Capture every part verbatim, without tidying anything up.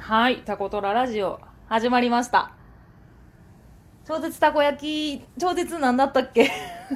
はい、タコトララジオ始まりました。超絶たこ焼き、超絶なんだったっけ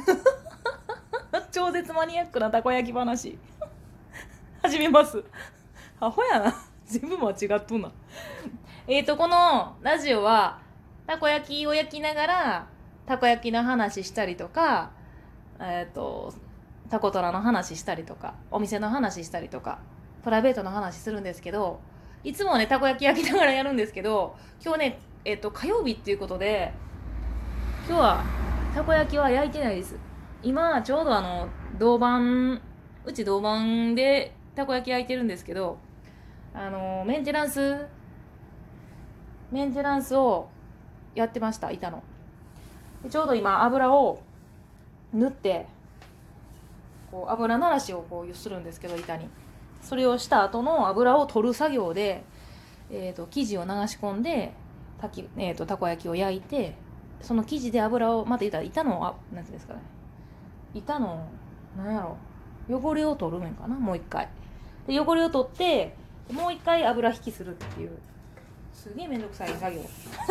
超絶マニアックなたこ焼き話始めます。アホやな。全部間違っとんな。えーと、このラジオはたこ焼きを焼きながらたこ焼きの話したりとか、えーと、タコトラの話したりとか、お店の話したりとか、プライベートの話するんですけど、いつもはねたこ焼き焼きながらやるんですけど、今日ね、えっと、火曜日っていうことで今日はたこ焼きは焼いてないです。今ちょうどあの銅板、うち銅板でたこ焼き焼いてるんですけど、あのメンテナンスメンテナンスをやってました。板のでちょうど今油を塗ってこう油ならしをこうするんですけど、板にそれをした後の油を取る作業で、えー、と生地を流し込んでたき、えー、とたこ焼きを焼いて、その生地で油をまた言ったら板のあなんていうんですかね、板のなんやろ汚れを取るんかな、もう一回で汚れを取ってもう一回油引きするっていう、すげえめんどくさい作業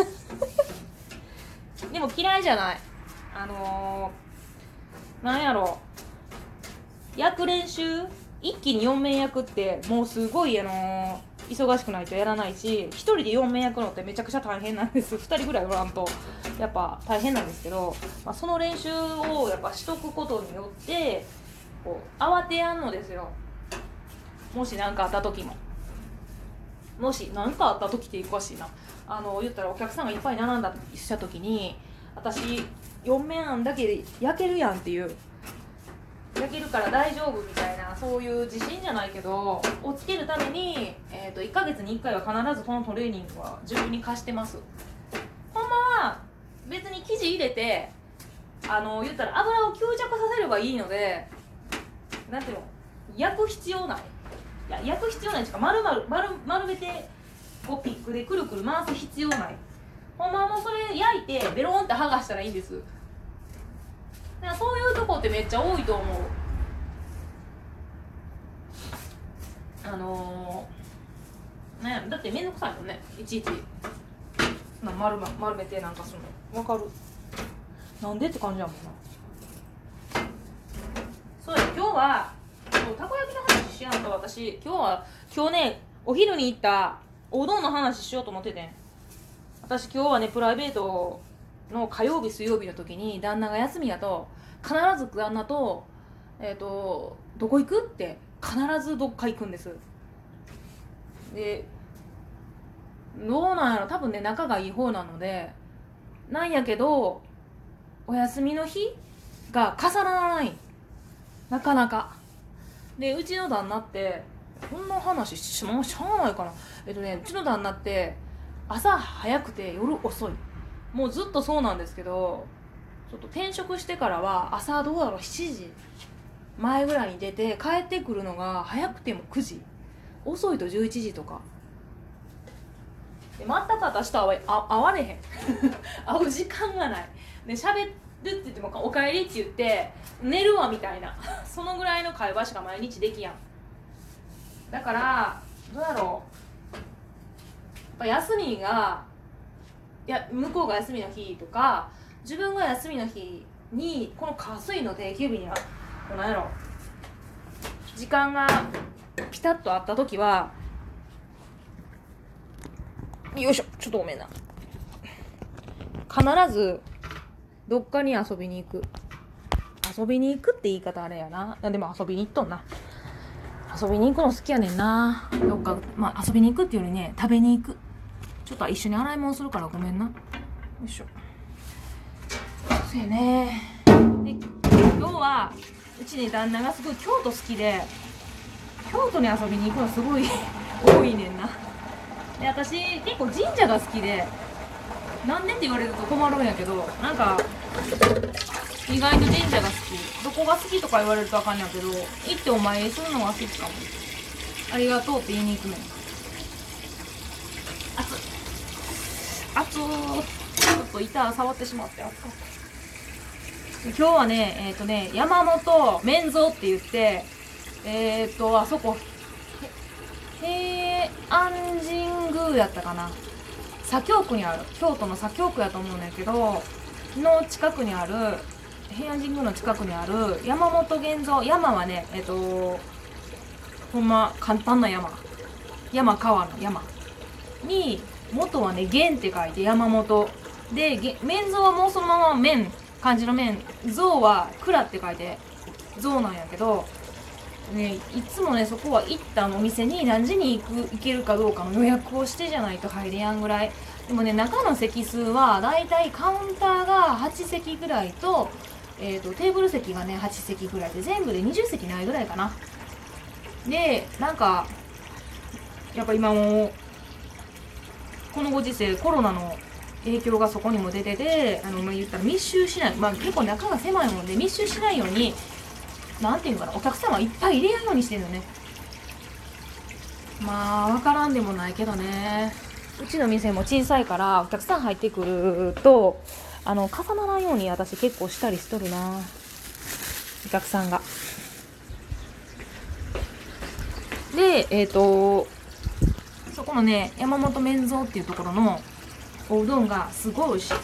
でも嫌いじゃない。あのー、なんやろ焼く練習一気によん面焼くってもうすごい、あのー、忙しくないとやらないし、一人でよん面焼くのってめちゃくちゃ大変なんです。ふたりぐらいおらんとやっぱ大変なんですけど、まあ、その練習をやっぱしとくことによってこう慌てやんのですよ。もし何かあった時ももし何かあった時っておかしいな、あの言ったらお客さんがいっぱい並んだした時に、私よん面だけで焼けるやんっていう、焼けるから大丈夫みたいな、そういう自信じゃないけどをつけるために、えー、といっかげつにいっかいは必ずこのトレーニングは自分に課してます。ほんまは別に生地入れて、あの言ったら油を吸着させればいいので、なんていうの、焼く必要ない、いや焼く必要ないしか、丸々丸丸めてこうピックでくるくる回す必要ない。ほんまはもうそれ焼いてベロンって剥がしたらいいんです。だからそういうとこってめっちゃ多いと思う。あのー、なんやだってめんどくさいもんね、いちいちな 丸, 丸めてなんかするのわかる、なんでって感じやもんな。そうや、今日はそうたこ焼きの話しやんと。私今日は今日ねお昼に行ったおどんの話しようと思っててん。私今日はねプライベートの火曜日水曜日の時に旦那が休みやと、必ず旦那とえっ、ー、とどこ行くって必ずどっか行くんです。でどうなんやろ、多分ね仲がいい方なのでなんやけど、お休みの日が重ならない、なかなか。でうちの旦那ってこんな話しもうしゃあないかな、えっとねうちの旦那って朝早くて夜遅い、もうずっとそうなんですけど、ちょっと転職してからは朝どうだろうしちじまえぐらいに出て帰ってくるのが早くてもくじ、遅いとじゅういちじとかで、全く私と会われへん会う時間がないで、喋るって言ってもおかえりって言って寝るわみたいなそのぐらいの会話しか毎日できやん。だからどうやろう、やっぱ休みがいや向こうが休みの日とか自分が休みの日にこの火水の定休日にはこのやろ時間がピタッとあった時は、よいしょちょっとごめんな、必ずどっかに遊びに行く、遊びに行くって言い方あれやな、でも遊びに行っとんな、遊びに行くの好きやねんな。どっか、まあ遊びに行くっていうよりね食べに行く。ちょっと一緒に洗い物するからごめんな。よいしょ。そうやね。で今日はうちね旦那がすごい京都好きで、京都に遊びに行くのすごい多いねんな。で私結構神社が好きで、なんでって言われると困るんやけど、なんか意外と神社が好き。どこが好きとか言われるとあかんやけど、行ってお参りするのが好きかも。ありがとうって言いに行くねん。熱っ熱ー、ちょっと板触ってしまって熱かった。今日はねえっ、ー、とね山本面蔵って言って、えっ、ー、とあそこ平安神宮旧やったかな、左京区にある、京都の左京区やと思うんだけどの近くにある、平安神宮の近くにある山本源三、山はねえっとほんま簡単な山、山川の山に、元はね源って書いて山本で、面像はもうそのまま面、漢字の面、像は蔵って書いて像なんやけどね、いつもねそこは行ったお店に何時に行く行けるかどうかの予約をしてじゃないと入れやんぐらい。でもね、中の席数はだいたいカウンターがはちせきぐらいと、えーとテーブル席がねはちせきぐらいで、全部でにじゅっせきないぐらいかな。でなんかやっぱ今もうこのご時世コロナの影響がそこにも出てて、あのまあ言ったら密集しない、まあ結構中が狭いもんで密集しないように、なんていうかな、お客様いっぱい入れやんようにしてるのね。まあ分からんでもないけどね、うちの店も小さいからお客さん入ってくるとあの重ならんように私結構したりしとるな、お客さんが。でえっ、ー、とそこのね山本麺蔵っていうところのおうどんがすごい美味しい。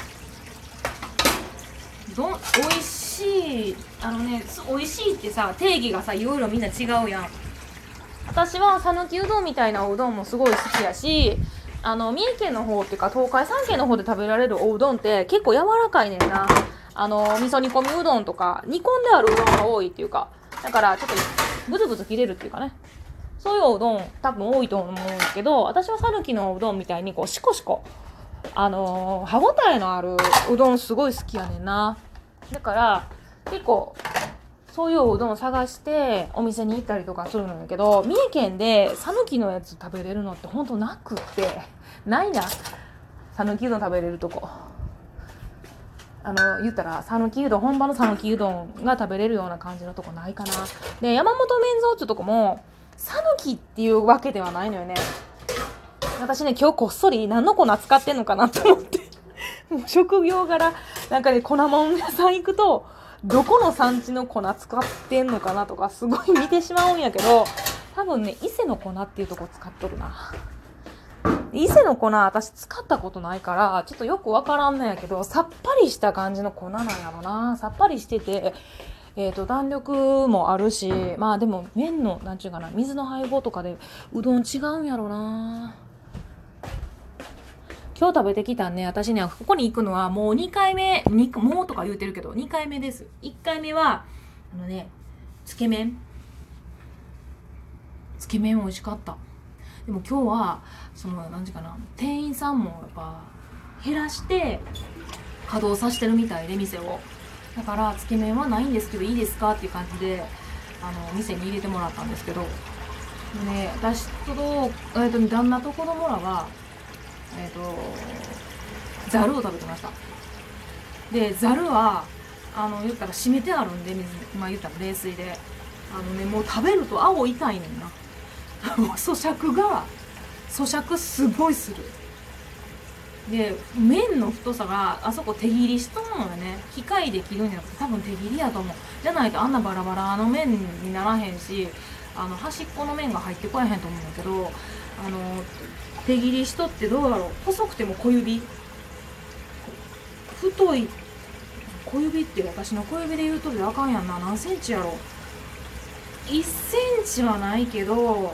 どん美味しい、あのね美味しいってさ定義がさいろいろみんな違うやん。私は讃岐うどんみたいなおうどんもすごい好きやし、あの三重県の方っていうか東海三県の方で食べられるおうどんって結構柔らかいねんな。あの味噌煮込みうどんとか煮込んであるうどんが多いっていうか、だからちょっとブツブツ切れるっていうかね、そういうおうどん多分多いと思うんだけど、私は讃岐のおうどんみたいにこうシコシコあのー、歯ごたえのあるうどんすごい好きやねんな。だから結構そういうおうどんを探してお店に行ったりとかするんだけど、三重県で讃岐のやつ食べれるのってほんとなくってないな。讃岐うどん食べれるとこ、あの言ったら讃岐うどん、本場の讃岐うどんが食べれるような感じのとこないかな。で山本麺蔵っていうとこも讃岐っていうわけではないのよね。私ね今日こっそり何の粉使ってんのかなと思ってもう職業柄なんかね粉もん屋さん行くとどこの産地の粉使ってんのかなとかすごい見てしまうんやけど、多分ね伊勢の粉っていうとこ使っとるな。伊勢の粉私使ったことないからちょっとよくわからんのやけど、さっぱりした感じの粉なんやろな。さっぱりしててえーと弾力もあるし、まあでも麺のなんちゅうかな、水の配合とかでうどん違うんやろな。今日食べてきたね、私ねここに行くのはもうにかいめ、にもうとか言うてるけどにかいめです。いっかいめはあのねつけ麺、つけ麺美味しかった。でも今日はその何時かな、店員さんもやっぱ減らして稼働させてるみたいで店を、だからつけ麺はないんですけどいいですかっていう感じであの店に入れてもらったんですけど、ね、私と、えー、と旦那と子供らはえっ、ー、とざるを食べてました。でざるはあの言ったら締めてあるんで水、まあ言ったら冷水で、あのねもう食べると青痛いねんなもう咀嚼が咀嚼すごいする。で麺の太さがあそこ手切りしたものでね、機械で切るんじゃなくて多分手切りやと思う。じゃないとあんなバラバラの麺にならへんし、あの端っこの麺が入ってこえへんと思うんだけど、あの手切りしとってどうだろう、細くても小指、太い小指って私の小指で言うとであかんやんな。何センチやろ、いっセンチはないけど、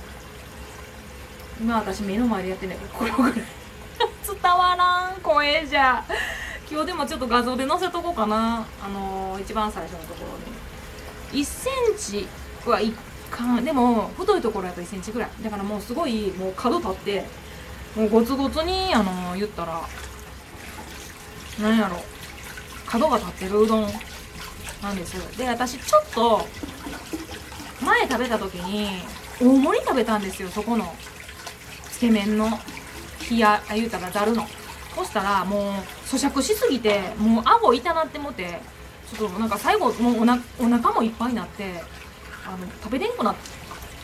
今私目の前でやってんだけどこれぐらい伝わらん声じゃ。今日でもちょっと画像で載せとこうかな、あのー、一番最初のところにいっセンチはいかん、でも太いところやといっセンチぐらいだから、もうすごいもう角立ってもうゴツゴツにあのー、言ったらなんやろ、角が立ってるうどんなんですよ。で私ちょっと前食べた時に大盛り食べたんですよ、そこのつけ麺の冷や言うたらざるの。そしたらもう咀嚼しすぎてもう顎痛なってもて、ちょっとなんか最後もうおなお腹もいっぱいになってあの食べれんくなって、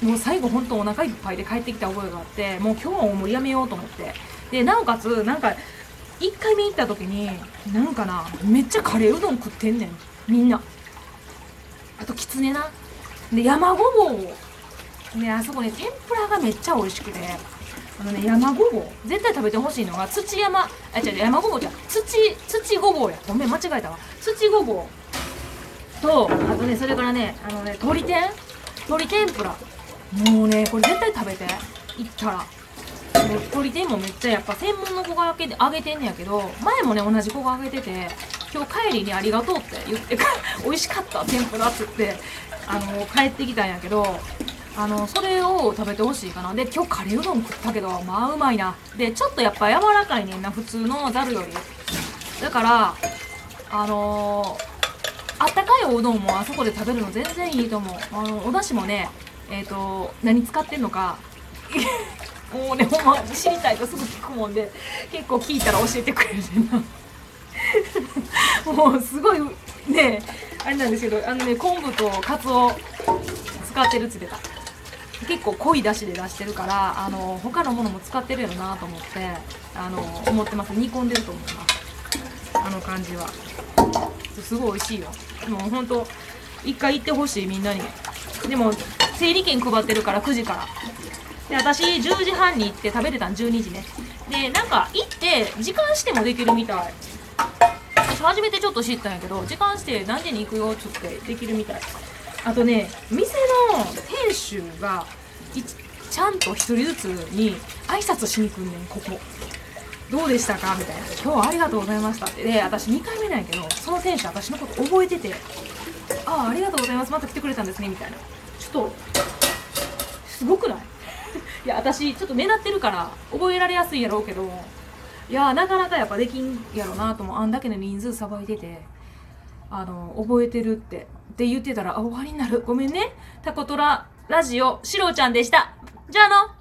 もう最後ほんとお腹いっぱいで帰ってきた覚えがあって、もう今日は大盛りやめようと思って、でなおかつなんかいっかいめ行った時になんかなめっちゃカレーうどん食ってんねんみんな。あときつねな、で山ごぼうね、あそこね天ぷらがめっちゃ美味しくて、 あのね、山ごぼう絶対食べてほしいのが土山、あ、違う違う、山ごぼうじゃ土土ごぼうや、ごめん間違えたわ。土ごぼうと、あとね、それからね、あのね、鶏天鶏天ぷら、もうねこれ絶対食べていったら。もう鶏天もめっちゃやっぱ専門の子が揚げて揚げてんねやけど、前もね同じ子が揚げてて、今日帰りにありがとうって言って美味しかった天ぷらっつってあの帰ってきたんやけど、あのそれを食べてほしいかな。で今日カレーうどん食ったけどまあうまいな。でちょっとやっぱ柔らかいねんな、普通のざるより。だからあのー、あったかいおうどんもあそこで食べるの全然いいと思う。あのお出汁もね、えっ、ー、と何使ってんのかもうね、ほんま知りたいとすぐ聞くもんで、結構聞いたら教えてくれるねなもうすごいね、あれなんですけど、あのね、昆布とカツオ使ってるっつってた。結構濃い出汁で出してるから、あの他のものも使ってるやろなと思って、あの思ってます。煮込んでると思います、あの感じは。すごい美味しいよ。もうほんと一回行ってほしい、みんなに。でも整理券配ってるからくじから。で私じゅうじはんに行って食べれたんじゅうにじね。でなんか行って時間してもできるみたい。私初めてちょっと知ったんやけど、時間して何時に行くよっつってできるみたい。あとね、店の店主がちゃんと一人ずつに挨拶しに来んねん。ここどうでしたかみたいな、今日はありがとうございましたって。で私にかいめなんやけど、その店主私のこと覚えてて、ああありがとうございます、また来てくれたんですねみたいな。ちょっとすごくないいや私ちょっと目立ってるから覚えられやすいやろうけど、いやなかなかやっぱできんやろなと思う。あんだけの人数さばいてて、あの覚えてるってって言ってたら、あ終わりになる、ごめんね。タコトララジオシロちゃんでした。じゃあの